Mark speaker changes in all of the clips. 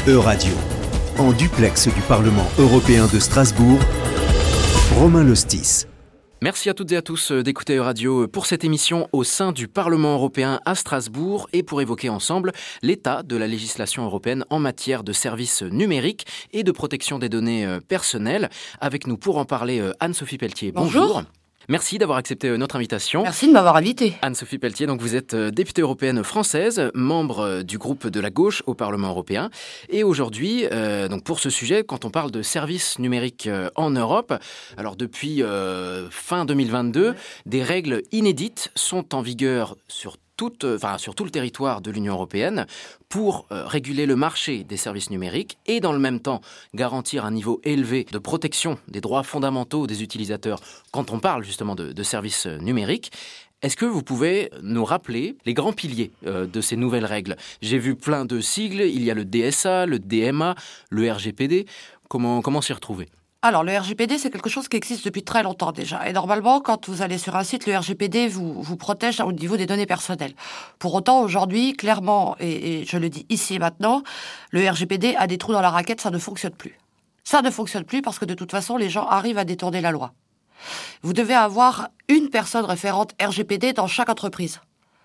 Speaker 1: E-Radio, en duplex du Parlement européen de Strasbourg, Romain Lostis.
Speaker 2: Merci à toutes et à tous d'écouter E-Radio pour cette émission au sein du Parlement européen à Strasbourg et pour évoquer ensemble l'état de la législation européenne en matière de services numériques et de protection des données personnelles. Avec nous pour en parler, Anne-Sophie Pelletier.
Speaker 3: Bonjour.
Speaker 2: Merci d'avoir accepté notre invitation.
Speaker 3: Merci de m'avoir invitée.
Speaker 2: Anne-Sophie Pelletier, donc vous êtes députée européenne française, membre du groupe de la gauche au Parlement européen. Et aujourd'hui, donc pour ce sujet, quand on parle de services numériques en Europe, alors depuis fin 2022, des règles inédites sont en vigueur sur tout le territoire de l'Union européenne pour réguler le marché des services numériques et dans le même temps garantir un niveau élevé de protection des droits fondamentaux des utilisateurs quand on parle justement de services numériques. Est-ce que vous pouvez nous rappeler les grands piliers de ces nouvelles règles ? J'ai vu plein de sigles, il y a le DSA, le DMA, le RGPD. Comment s'y retrouver ?
Speaker 3: Alors, le RGPD, c'est quelque chose qui existe depuis très longtemps déjà. Et normalement, quand vous allez sur un site, le RGPD vous protège au niveau des données personnelles. Pour autant, aujourd'hui, clairement, et je le dis ici et maintenant, le RGPD a des trous dans la raquette, ça ne fonctionne plus. Ça ne fonctionne plus parce que de toute façon, les gens arrivent à détourner la loi. Vous devez avoir une personne référente RGPD dans chaque entreprise.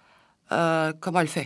Speaker 3: Comment elle fait ?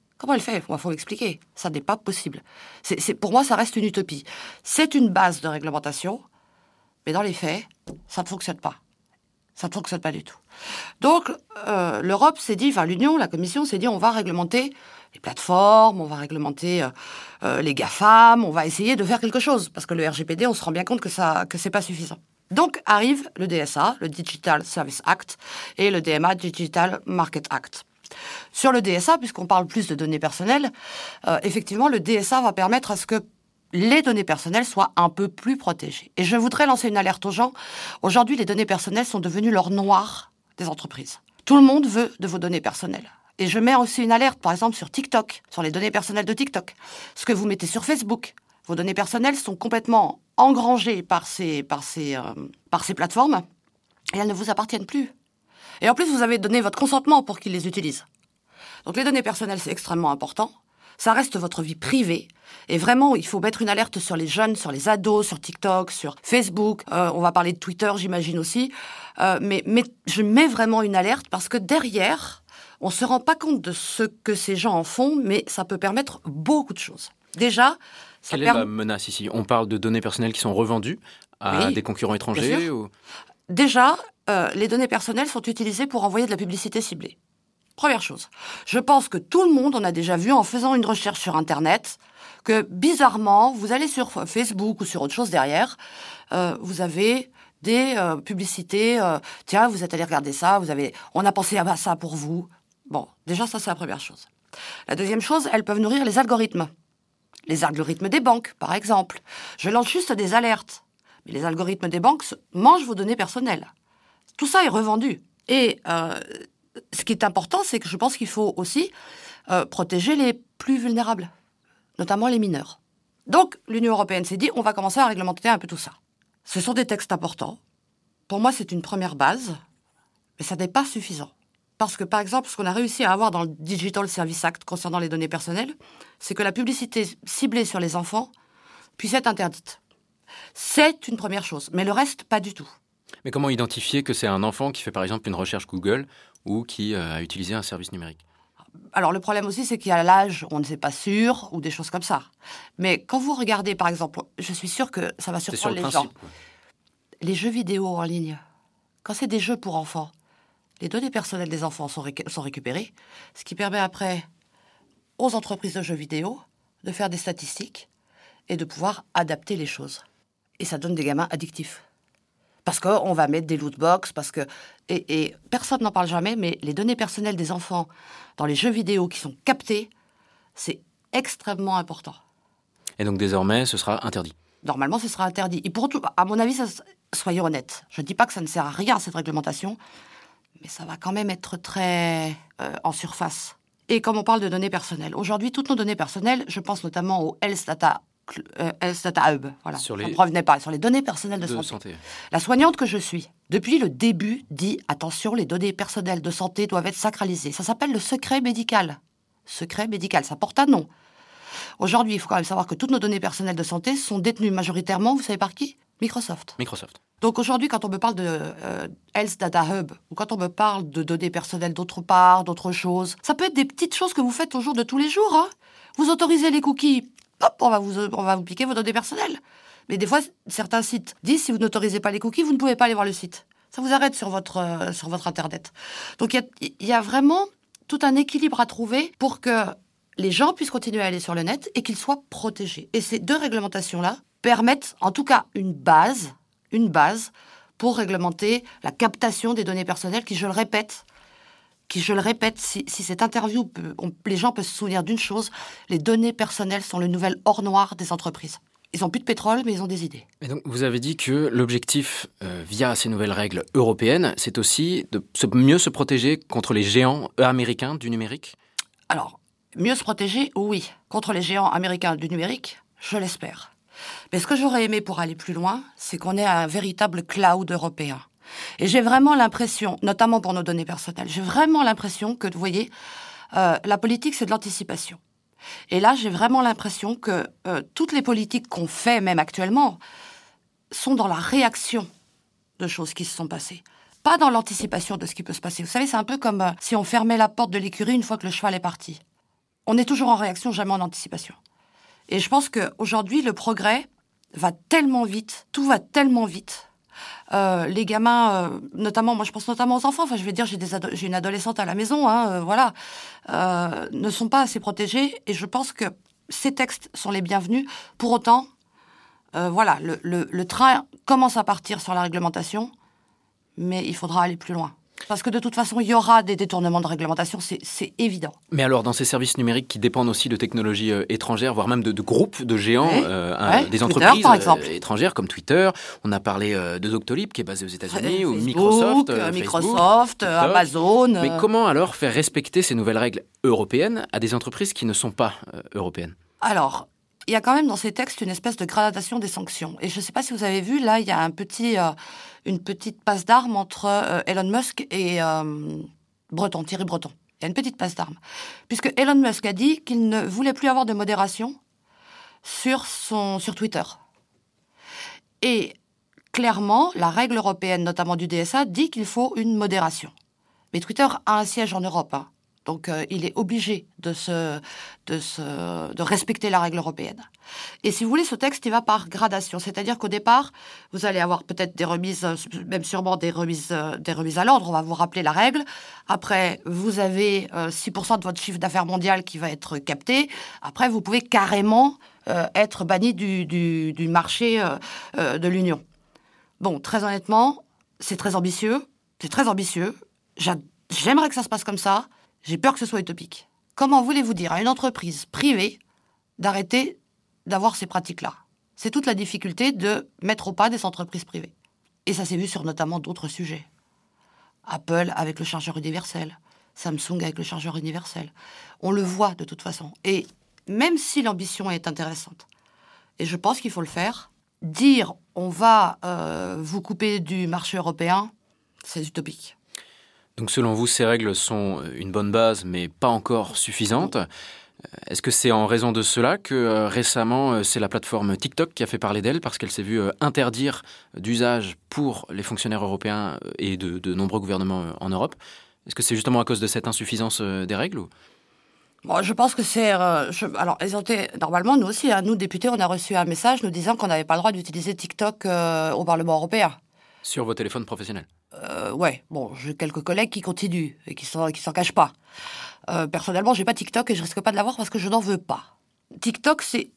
Speaker 3: Il faut m'expliquer. Ça n'est pas possible. Pour moi, ça reste une utopie. C'est une base de réglementation, mais dans les faits, ça ne fonctionne pas. Ça ne fonctionne pas du tout. Donc, l'Europe s'est dit, l'Union, la Commission s'est dit, on va réglementer les plateformes, on va réglementer les GAFAM, on va essayer de faire quelque chose. Parce que le RGPD, on se rend bien compte que c'est pas suffisant. Donc, arrive le DSA, le Digital Service Act, et le DMA, Digital Market Act. Sur le DSA, puisqu'on parle plus de données personnelles, effectivement, le DSA va permettre à ce que les données personnelles soient un peu plus protégées. Et je voudrais lancer une alerte aux gens. Aujourd'hui, les données personnelles sont devenues l'or noir des entreprises. Tout le monde veut de vos données personnelles. Et je mets aussi une alerte, par exemple, sur TikTok, sur les données personnelles de TikTok. Ce que vous mettez sur Facebook, vos données personnelles sont complètement engrangées par ces plateformes et elles ne vous appartiennent plus. Et en plus, vous avez donné votre consentement pour qu'ils les utilisent. Donc les données personnelles, c'est extrêmement important. Ça reste votre vie privée. Et vraiment, il faut mettre une alerte sur les jeunes, sur les ados, sur TikTok, sur Facebook. On va parler de Twitter, j'imagine aussi. Mais je mets vraiment une alerte parce que derrière, on ne se rend pas compte de ce que ces gens en font, mais ça peut permettre beaucoup de choses. Déjà,
Speaker 2: quelle est la menace ici ? On parle de données personnelles qui sont revendues à des concurrents étrangers ou...
Speaker 3: Déjà, les données personnelles sont utilisées pour envoyer de la publicité ciblée. Première chose. Je pense que tout le monde, on a déjà vu en faisant une recherche sur Internet, que bizarrement, vous allez sur Facebook ou sur autre chose derrière, vous avez des publicités, tiens, vous êtes allé regarder ça, on a pensé à ça pour vous. Bon, déjà, ça, c'est la première chose. La deuxième chose, elles peuvent nourrir les algorithmes. Les algorithmes des banques, par exemple. Je lance juste des alertes. Mais les algorithmes des banques mangent vos données personnelles. Tout ça est revendu. Et ce qui est important, c'est que je pense qu'il faut aussi protéger les plus vulnérables, notamment les mineurs. Donc, l'Union européenne s'est dit, on va commencer à réglementer un peu tout ça. Ce sont des textes importants. Pour moi, c'est une première base, mais ça n'est pas suffisant. Parce que, par exemple, ce qu'on a réussi à avoir dans le Digital Service Act concernant les données personnelles, c'est que la publicité ciblée sur les enfants puisse être interdite. C'est une première chose, mais le reste, pas du tout.
Speaker 2: Mais comment identifier que c'est un enfant qui fait par exemple une recherche Google ou qui a utilisé un service numérique ?
Speaker 3: Alors le problème aussi, c'est qu'il y a l'âge, on ne sait pas sûr, ou des choses comme ça. Mais quand vous regardez, par exemple, je suis sûre que ça va surprendre les gens. Les jeux vidéo en ligne, quand c'est des jeux pour enfants, les données personnelles des enfants sont récupérées, ce qui permet après aux entreprises de jeux vidéo de faire des statistiques et de pouvoir adapter les choses. Et ça donne des gamins addictifs. Parce qu'on va mettre des lootbox, et personne n'en parle jamais, mais les données personnelles des enfants dans les jeux vidéo qui sont captées, c'est extrêmement important.
Speaker 2: Et donc désormais, ce sera interdit ?
Speaker 3: Normalement, ce sera interdit. Et pour tout, à mon avis, soyons honnêtes, je ne dis pas que ça ne sert à rien, cette réglementation, mais ça va quand même être très en surface. Et comme on parle de données personnelles, aujourd'hui, toutes nos données personnelles, je pense notamment au Health Data Hub, voilà, ça ne revenait pas, sur les données personnelles de santé. La soignante que je suis, depuis le début, dit « Attention, les données personnelles de santé doivent être sacralisées ». Ça s'appelle le secret médical. Secret médical, ça porte un nom. Aujourd'hui, il faut quand même savoir que toutes nos données personnelles de santé sont détenues majoritairement, vous savez par qui ? Microsoft. Donc aujourd'hui, quand on me parle de Health Data Hub, ou quand on me parle de données personnelles d'autre part, d'autres choses, ça peut être des petites choses que vous faites au jour de tous les jours. Hein. Vous autorisez les cookies, hop, on va vous piquer vos données personnelles. Mais des fois, certains sites disent, si vous n'autorisez pas les cookies, vous ne pouvez pas aller voir le site. Ça vous arrête sur votre Internet. Donc il y a vraiment tout un équilibre à trouver pour que les gens puissent continuer à aller sur le net et qu'ils soient protégés. Et ces deux réglementations-là permettent en tout cas une base pour réglementer la captation des données personnelles qui, je le répète, si cette interview, les gens peuvent se souvenir d'une chose, les données personnelles sont le nouvel or noir des entreprises. Ils n'ont plus de pétrole, mais ils ont des idées.
Speaker 2: Et donc, vous avez dit que l'objectif, via ces nouvelles règles européennes, c'est aussi de mieux se protéger contre les géants américains du numérique ?
Speaker 3: Alors, mieux se protéger, oui. Contre les géants américains du numérique, je l'espère. Mais ce que j'aurais aimé pour aller plus loin, c'est qu'on ait un véritable cloud européen. Et j'ai vraiment l'impression, notamment pour nos données personnelles, j'ai vraiment l'impression que, vous voyez, la politique, c'est de l'anticipation. Et là, j'ai vraiment l'impression que toutes les politiques qu'on fait, même actuellement, sont dans la réaction de choses qui se sont passées. Pas dans l'anticipation de ce qui peut se passer. Vous savez, c'est un peu comme si on fermait la porte de l'écurie une fois que le cheval est parti. On est toujours en réaction, jamais en anticipation. Et je pense qu'aujourd'hui, le progrès va tellement vite, tout va tellement vite. Les gamins, notamment, moi je pense notamment aux enfants, enfin je vais dire, j'ai une adolescente à la maison, voilà, ne sont pas assez protégés, et je pense que ces textes sont les bienvenus. Pour autant, voilà, le train commence à partir sur la réglementation, mais il faudra aller plus loin. Parce que de toute façon, il y aura des détournements de réglementation, c'est évident.
Speaker 2: Mais alors, dans ces services numériques qui dépendent aussi de technologies étrangères, voire même de groupes de géants, des entreprises étrangères comme Twitter, on a parlé de Doctolib qui est basé aux États-Unis, ou
Speaker 3: Microsoft,
Speaker 2: TikTok.
Speaker 3: Amazon.
Speaker 2: Mais comment alors faire respecter ces nouvelles règles européennes à des entreprises qui ne sont pas européennes ?
Speaker 3: Alors, il y a quand même dans ces textes une espèce de gradation des sanctions. Et je ne sais pas si vous avez vu, là, il y a une petite passe d'armes entre Elon Musk et Thierry Breton. Il y a une petite passe d'armes. Puisque Elon Musk a dit qu'il ne voulait plus avoir de modération sur Twitter. Et clairement, la règle européenne, notamment du DSA, dit qu'il faut une modération. Mais Twitter a un siège en Europe, hein. Donc, il est obligé de respecter la règle européenne. Et si vous voulez, ce texte, il va par gradation. C'est-à-dire qu'au départ, vous allez avoir peut-être des remises, même sûrement des remises à l'ordre. On va vous rappeler la règle. Après, vous avez 6% de votre chiffre d'affaires mondial qui va être capté. Après, vous pouvez carrément être banni du marché de l'Union. Bon, très honnêtement, c'est très ambitieux. J'aimerais que ça se passe comme ça. J'ai peur que ce soit utopique. Comment voulez-vous dire à une entreprise privée d'arrêter d'avoir ces pratiques-là ? C'est toute la difficulté de mettre au pas des entreprises privées. Et ça s'est vu sur notamment d'autres sujets. Apple avec le chargeur universel, Samsung avec le chargeur universel. On le voit de toute façon. Et même si l'ambition est intéressante, et je pense qu'il faut le faire, dire on va vous couper du marché européen, c'est utopique.
Speaker 2: Donc selon vous, ces règles sont une bonne base, mais pas encore suffisantes. Est-ce que c'est en raison de cela que récemment, c'est la plateforme TikTok qui a fait parler d'elle parce qu'elle s'est vue interdire d'usage pour les fonctionnaires européens et de nombreux gouvernements en Europe ? Est-ce que c'est justement à cause de cette insuffisance des règles ?
Speaker 3: Bon, je pense que c'est... alors, normalement, nous aussi, nous, députés, on a reçu un message nous disant qu'on n'avait pas le droit d'utiliser TikTok au Parlement européen.
Speaker 2: Sur vos téléphones professionnels ?
Speaker 3: Ouais, bon, j'ai quelques collègues qui continuent et qui s'en cachent pas. Personnellement, j'ai pas TikTok et je risque pas de l'avoir parce que je n'en veux pas. TikTok, c'est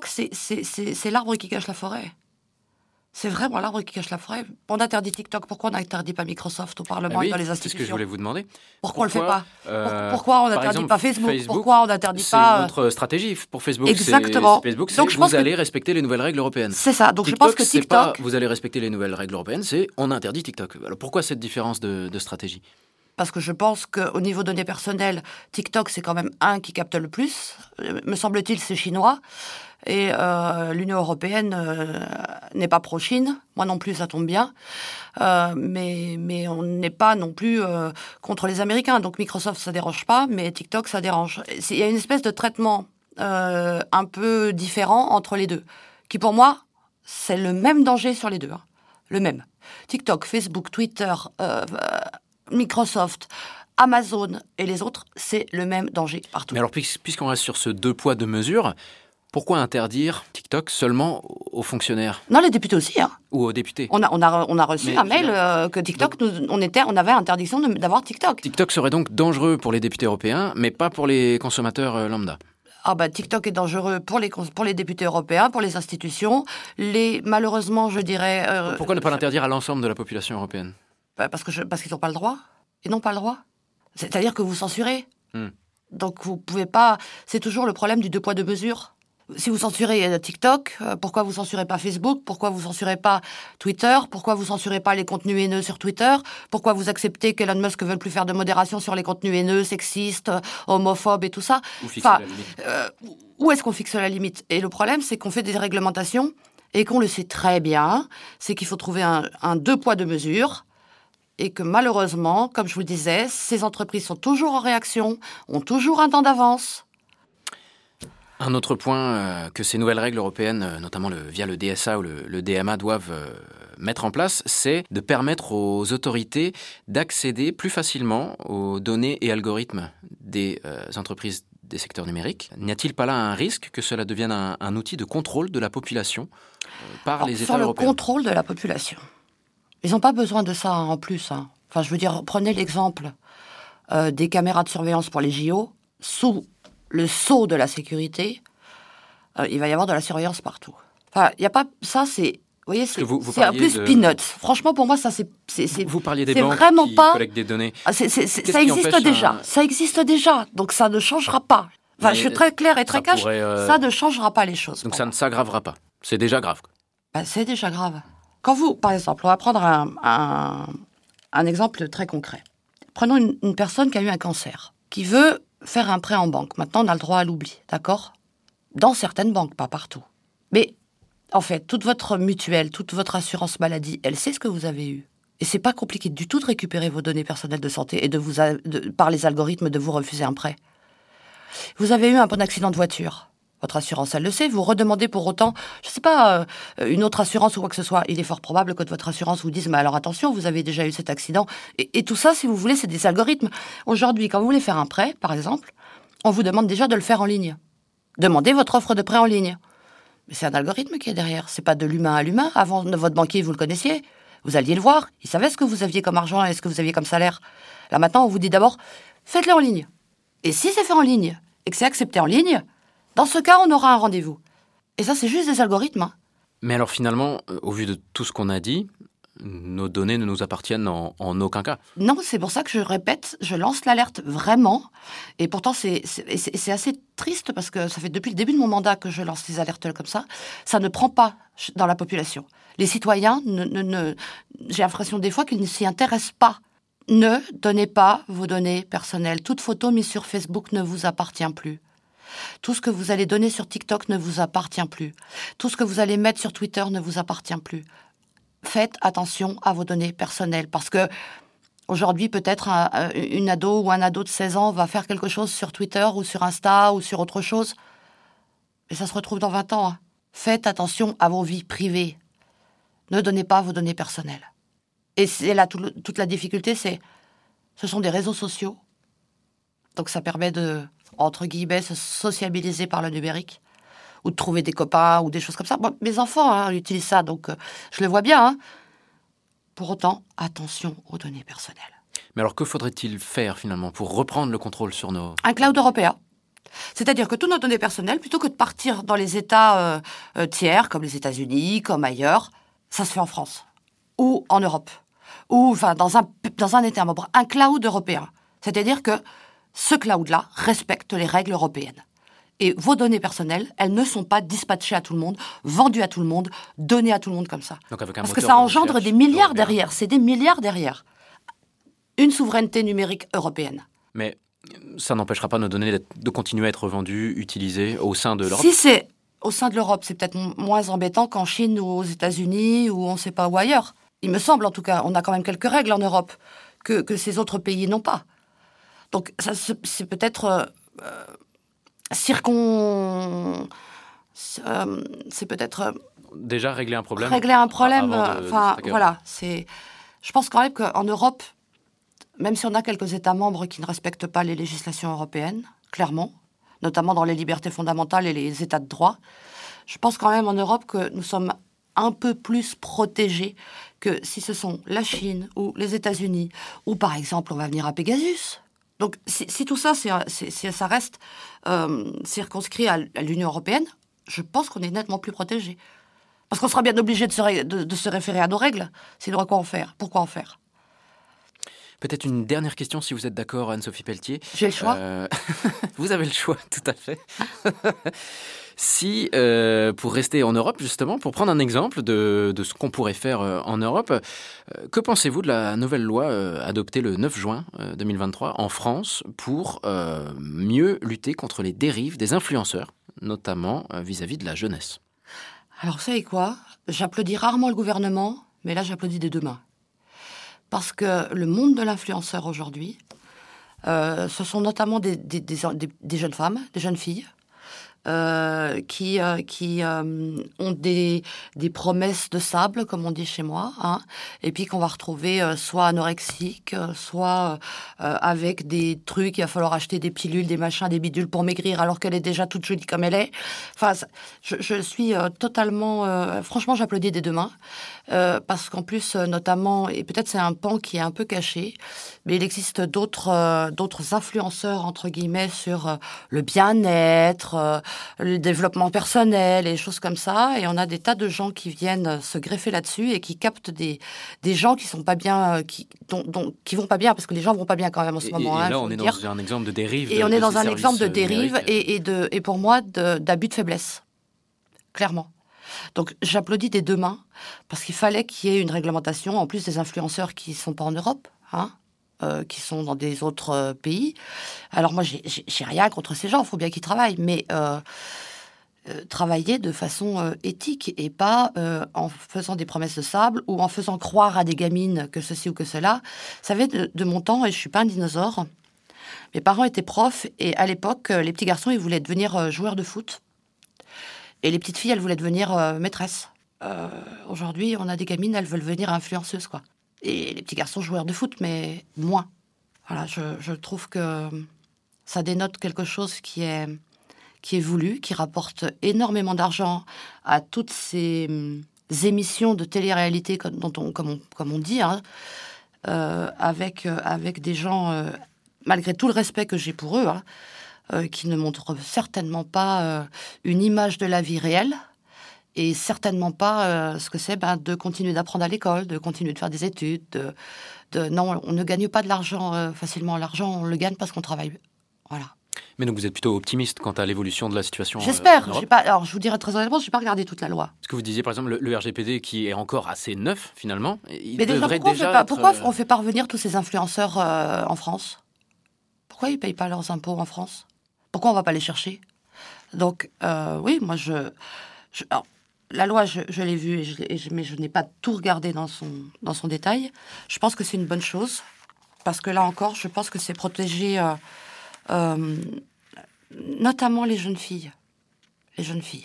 Speaker 3: l'arbre qui cache la forêt. C'est vraiment l'arbre qui cache la forêt. On interdit TikTok, pourquoi on n'interdit pas Microsoft au Parlement et dans les institutions ?
Speaker 2: C'est ce que je voulais vous demander.
Speaker 3: Pourquoi on le fait pas ? Pourquoi on n'interdit pas Facebook ? Pourquoi on n'interdit pas...
Speaker 2: C'est notre stratégie pour Facebook.
Speaker 3: Exactement.
Speaker 2: Donc, vous allez respecter les nouvelles règles européennes.
Speaker 3: C'est ça. Donc
Speaker 2: TikTok,
Speaker 3: je pense que TikTok...
Speaker 2: c'est pas vous allez respecter les nouvelles règles européennes, c'est on interdit TikTok. Alors pourquoi cette différence de stratégie ?
Speaker 3: Parce que je pense qu'au niveau données personnelles, TikTok, c'est quand même qui capte le plus. Me semble-t-il, c'est chinois. Et l'Union européenne n'est pas pro-Chine. Moi non plus, ça tombe bien. Mais on n'est pas non plus contre les Américains. Donc Microsoft, ça dérange pas, mais TikTok, ça dérange. Il y a une espèce de traitement un peu différent entre les deux, qui pour moi, c'est le même danger sur les deux, hein. Le même. TikTok, Facebook, Twitter, Microsoft, Amazon et les autres, c'est le même danger partout.
Speaker 2: Mais alors, puisqu'on reste sur ce 2 poids 2 mesures, pourquoi interdire TikTok seulement aux fonctionnaires?
Speaker 3: Non, les députés aussi, hein.
Speaker 2: Ou aux députés?
Speaker 3: On a reçu un mail que TikTok, on avait interdiction d'avoir TikTok.
Speaker 2: TikTok serait donc dangereux pour les députés européens, mais pas pour les consommateurs lambda.
Speaker 3: Ah bah TikTok est dangereux pour les députés européens, pour les institutions. Malheureusement, je dirais...
Speaker 2: Pourquoi ne pas l'interdire à l'ensemble de la population européenne?
Speaker 3: Parce qu'ils n'ont pas le droit. Ils n'ont pas le droit. C'est-à-dire que vous censurez. Donc vous pouvez pas... C'est toujours le problème du 2 poids 2 mesures. Si vous censurez TikTok, pourquoi vous censurez pas Facebook? Pourquoi vous censurez pas Twitter? Pourquoi vous censurez pas les contenus haineux sur Twitter? Pourquoi vous acceptez qu'Elon Musk ne veuille plus faire de modération sur les contenus haineux, sexistes, homophobes et tout ça? Où est-ce qu'on fixe la limite? Et le problème, c'est qu'on fait des réglementations et qu'on le sait très bien, c'est qu'il faut trouver un 2 poids 2 mesures. Et que malheureusement, comme je vous le disais, ces entreprises sont toujours en réaction, ont toujours un temps d'avance.
Speaker 2: Un autre point que ces nouvelles règles européennes, notamment via le DSA ou le DMA, doivent mettre en place, c'est de permettre aux autorités d'accéder plus facilement aux données et algorithmes des entreprises des secteurs numériques. N'y a-t-il pas là un risque que cela devienne un outil de contrôle de la population par les États européens?
Speaker 3: Sur le contrôle de la population, ils n'ont pas besoin de ça en plus. Hein. Enfin, je veux dire, prenez l'exemple des caméras de surveillance pour les JO. Sous le sceau de la sécurité, il va y avoir de la surveillance partout. Enfin, il n'y a pas... Ça, c'est... Vous voyez, c'est un plus peanuts. Franchement, pour moi, ça, c'est
Speaker 2: vous parliez des banques qui collectent des données.
Speaker 3: Ça existe déjà. Ça existe déjà. Donc, ça ne changera pas. Enfin, je suis très claire et très cash. Ça ne changera pas les choses.
Speaker 2: Donc, ça ne s'aggravera pas. C'est déjà grave.
Speaker 3: C'est déjà grave. Quand vous, par exemple, on va prendre un exemple très concret. Prenons une personne qui a eu un cancer, qui veut faire un prêt en banque. Maintenant, on a le droit à l'oubli, d'accord? Dans certaines banques, pas partout. Mais, en fait, toute votre mutuelle, toute votre assurance maladie, elle sait ce que vous avez eu. Et c'est pas compliqué du tout de récupérer vos données personnelles de santé et par les algorithmes de vous refuser un prêt. Vous avez eu un bon accident de voiture. Votre assurance, elle le sait. Vous redemandez pour autant, je sais pas, une autre assurance ou quoi que ce soit. Il est fort probable que votre assurance vous dise, mais alors attention, vous avez déjà eu cet accident. Et tout ça, si vous voulez, c'est des algorithmes. Aujourd'hui, quand vous voulez faire un prêt, par exemple, on vous demande déjà de le faire en ligne. Demandez votre offre de prêt en ligne. Mais c'est un algorithme qui est derrière. C'est pas de l'humain à l'humain. Avant, votre banquier, vous le connaissiez. Vous alliez le voir. Il savait ce que vous aviez comme argent et ce que vous aviez comme salaire. Là, maintenant, on vous dit d'abord, faites-le en ligne. Et si c'est fait en ligne et que c'est accepté en ligne, dans ce cas, on aura un rendez-vous. Et ça, c'est juste des algorithmes. Hein.
Speaker 2: Mais alors finalement, au vu de tout ce qu'on a dit, nos données ne nous appartiennent en aucun cas.
Speaker 3: Non, c'est pour ça que je répète, je lance l'alerte vraiment. Et pourtant, c'est assez triste parce que ça fait depuis le début de mon mandat que je lance ces alertes comme ça. Ça ne prend pas dans la population. Les citoyens, j'ai l'impression des fois qu'ils ne s'y intéressent pas. Ne donnez pas vos données personnelles. Toute photo mise sur Facebook ne vous appartient plus. Tout ce que vous allez donner sur TikTok ne vous appartient plus. Tout ce que vous allez mettre sur Twitter ne vous appartient plus. Faites attention à vos données personnelles parce que aujourd'hui, peut-être une ado ou un ado de 16 ans va faire quelque chose sur Twitter ou sur Insta ou sur autre chose. Et ça se retrouve dans 20 ans. Hein. Faites attention à vos vies privées. Ne donnez pas vos données personnelles. Et c'est là toute la difficulté, ce sont des réseaux sociaux. Donc ça permet de, entre guillemets, se sociabiliser par le numérique, ou de trouver des copains, ou des choses comme ça. Bon, mes enfants utilisent ça, donc je le vois bien. Hein. Pour autant, attention aux données personnelles.
Speaker 2: Mais alors, que faudrait-il faire, finalement, pour reprendre le contrôle sur nos...
Speaker 3: Un cloud européen. C'est-à-dire que toutes nos données personnelles, plutôt que de partir dans les États tiers, comme les États-Unis, comme ailleurs, ça se fait en France, ou en Europe, ou enfin, dans un État membre. Un cloud européen. C'est-à-dire que ce cloud-là respecte les règles européennes. Et vos données personnelles, elles ne sont pas dispatchées à tout le monde, vendues à tout le monde, données à tout le monde comme ça.
Speaker 2: Donc avec un
Speaker 3: parce que ça engendre des milliards derrière. C'est des milliards derrière. Une souveraineté numérique européenne.
Speaker 2: Mais ça n'empêchera pas nos données de continuer à être vendues, utilisées au sein de l'Europe.
Speaker 3: Si c'est au sein de l'Europe, c'est peut-être moins embêtant qu'en Chine ou aux États-Unis ou on ne sait pas où ailleurs. Il me semble en tout cas, on a quand même quelques règles en Europe que ces autres pays n'ont pas. Donc ça, c'est peut-être c'est peut-être
Speaker 2: déjà régler un problème.
Speaker 3: Voilà. Je pense quand même qu'en Europe, même si on a quelques États membres qui ne respectent pas les législations européennes, clairement, notamment dans les libertés fondamentales et les États de droit, je pense quand même en Europe que nous sommes un peu plus protégés que si ce sont la Chine ou les États-Unis, ou par exemple, on va venir à Pegasus. Donc, si tout ça, ça reste circonscrit à l'Union européenne, je pense qu'on est nettement plus protégés. Parce qu'on sera bien obligé de se référer à nos règles. Sinon, quoi en faire ? Pourquoi en faire ?
Speaker 2: Peut-être une dernière question, si vous êtes d'accord, Anne-Sophie Pelletier.
Speaker 3: J'ai le choix.
Speaker 2: Vous avez le choix, tout à fait. Si, pour rester en Europe, justement, pour prendre un exemple de ce qu'on pourrait faire en Europe, que pensez-vous de la nouvelle loi adoptée le 9 juin 2023 en France pour mieux lutter contre les dérives des influenceurs, notamment vis-à-vis de la jeunesse ?
Speaker 3: Alors, vous savez quoi ? J'applaudis rarement le gouvernement, mais là, j'applaudis des deux mains. Parce que le monde de l'influenceur aujourd'hui, ce sont notamment des jeunes femmes, des jeunes filles, qui ont des promesses de sable, comme on dit chez moi, hein, et puis qu'on va retrouver soit anorexiques, soit avec des trucs, il va falloir acheter des pilules, des machins, des bidules pour maigrir, alors qu'elle est déjà toute jolie comme elle est. Enfin, je suis totalement... franchement, j'applaudis des deux mains, parce qu'en plus, notamment, et peut-être c'est un pan qui est un peu caché, mais il existe d'autres influenceurs, entre guillemets, sur le bien-être, le développement personnel et choses comme ça, et on a des tas de gens qui viennent se greffer là-dessus et qui captent des gens qui sont pas bien, qui vont pas bien, parce que les gens vont pas bien quand même en ce moment.
Speaker 2: Et là, on est dans un exemple de dérive.
Speaker 3: Et on est dans un exemple de dérive et pour moi d'abus de faiblesse, clairement. Donc j'applaudis des deux mains parce qu'il fallait qu'il y ait une réglementation, en plus des influenceurs qui sont pas en Europe, hein. Qui sont dans des autres pays. Alors moi, j'ai rien contre ces gens, il faut bien qu'ils travaillent, mais travailler de façon éthique et pas en faisant des promesses de sable ou en faisant croire à des gamines que ceci ou que cela. Ça vient de mon temps et je suis pas un dinosaure. Mes parents étaient profs et à l'époque, les petits garçons, ils voulaient devenir joueurs de foot et les petites filles, elles voulaient devenir maîtresses. Aujourd'hui, on a des gamines, elles veulent devenir influenceuses, quoi. Et les petits garçons joueurs de foot, mais moins. Voilà, je trouve que ça dénote quelque chose qui est voulu, qui rapporte énormément d'argent à toutes ces émissions de télé-réalité comme on dit, hein, avec des gens, malgré tout le respect que j'ai pour eux, hein, qui ne montrent certainement pas une image de la vie réelle. Et certainement pas ce que c'est de continuer d'apprendre à l'école, de continuer de faire des études. Non, on ne gagne pas de l'argent facilement. L'argent, on le gagne parce qu'on travaille. Voilà.
Speaker 2: Mais donc vous êtes plutôt optimiste quant à l'évolution de la situation.
Speaker 3: J'espère. Alors je vous dirais très honnêtement, je n'ai pas regardé toute la loi.
Speaker 2: Ce que vous disiez, par exemple, le RGPD qui est encore assez neuf finalement.
Speaker 3: Mais pourquoi on fait pas revenir tous ces influenceurs en France ? Pourquoi ils ne payent pas leurs impôts en France ? Pourquoi on ne va pas les chercher ? Donc oui, moi alors, la loi, je l'ai vue, mais je n'ai pas tout regardé dans son détail. Je pense que c'est une bonne chose, parce que là encore, je pense que c'est protéger notamment les jeunes filles. Les jeunes filles.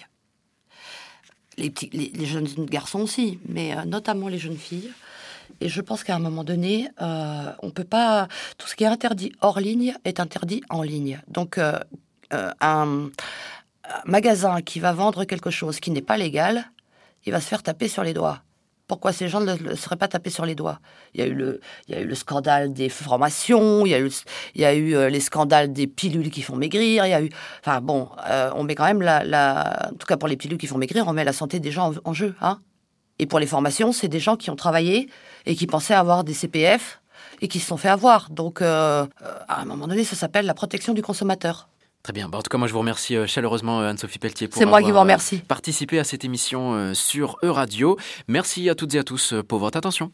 Speaker 3: Les jeunes garçons aussi, mais notamment les jeunes filles. Et je pense qu'à un moment donné, on peut pas... Tout ce qui est interdit hors ligne est interdit en ligne. Donc, un magasin qui va vendre quelque chose qui n'est pas légal, il va se faire taper sur les doigts. Pourquoi ces gens ne seraient pas tapés sur les doigts ? Il y a eu le scandale des formations, il y a eu les scandales des pilules qui font maigrir, il y a eu... Enfin bon, on met quand même en tout cas pour les pilules qui font maigrir, on met la santé des gens en jeu, hein. Et pour les formations, c'est des gens qui ont travaillé et qui pensaient avoir des CPF et qui se sont fait avoir. Donc, à un moment donné, ça s'appelle la protection du consommateur.
Speaker 2: Très bien. En tout cas, moi, je vous remercie chaleureusement, Anne-Sophie Pelletier, pour
Speaker 3: avoir participé
Speaker 2: à cette émission sur Euradio. Merci à toutes et à tous pour votre attention.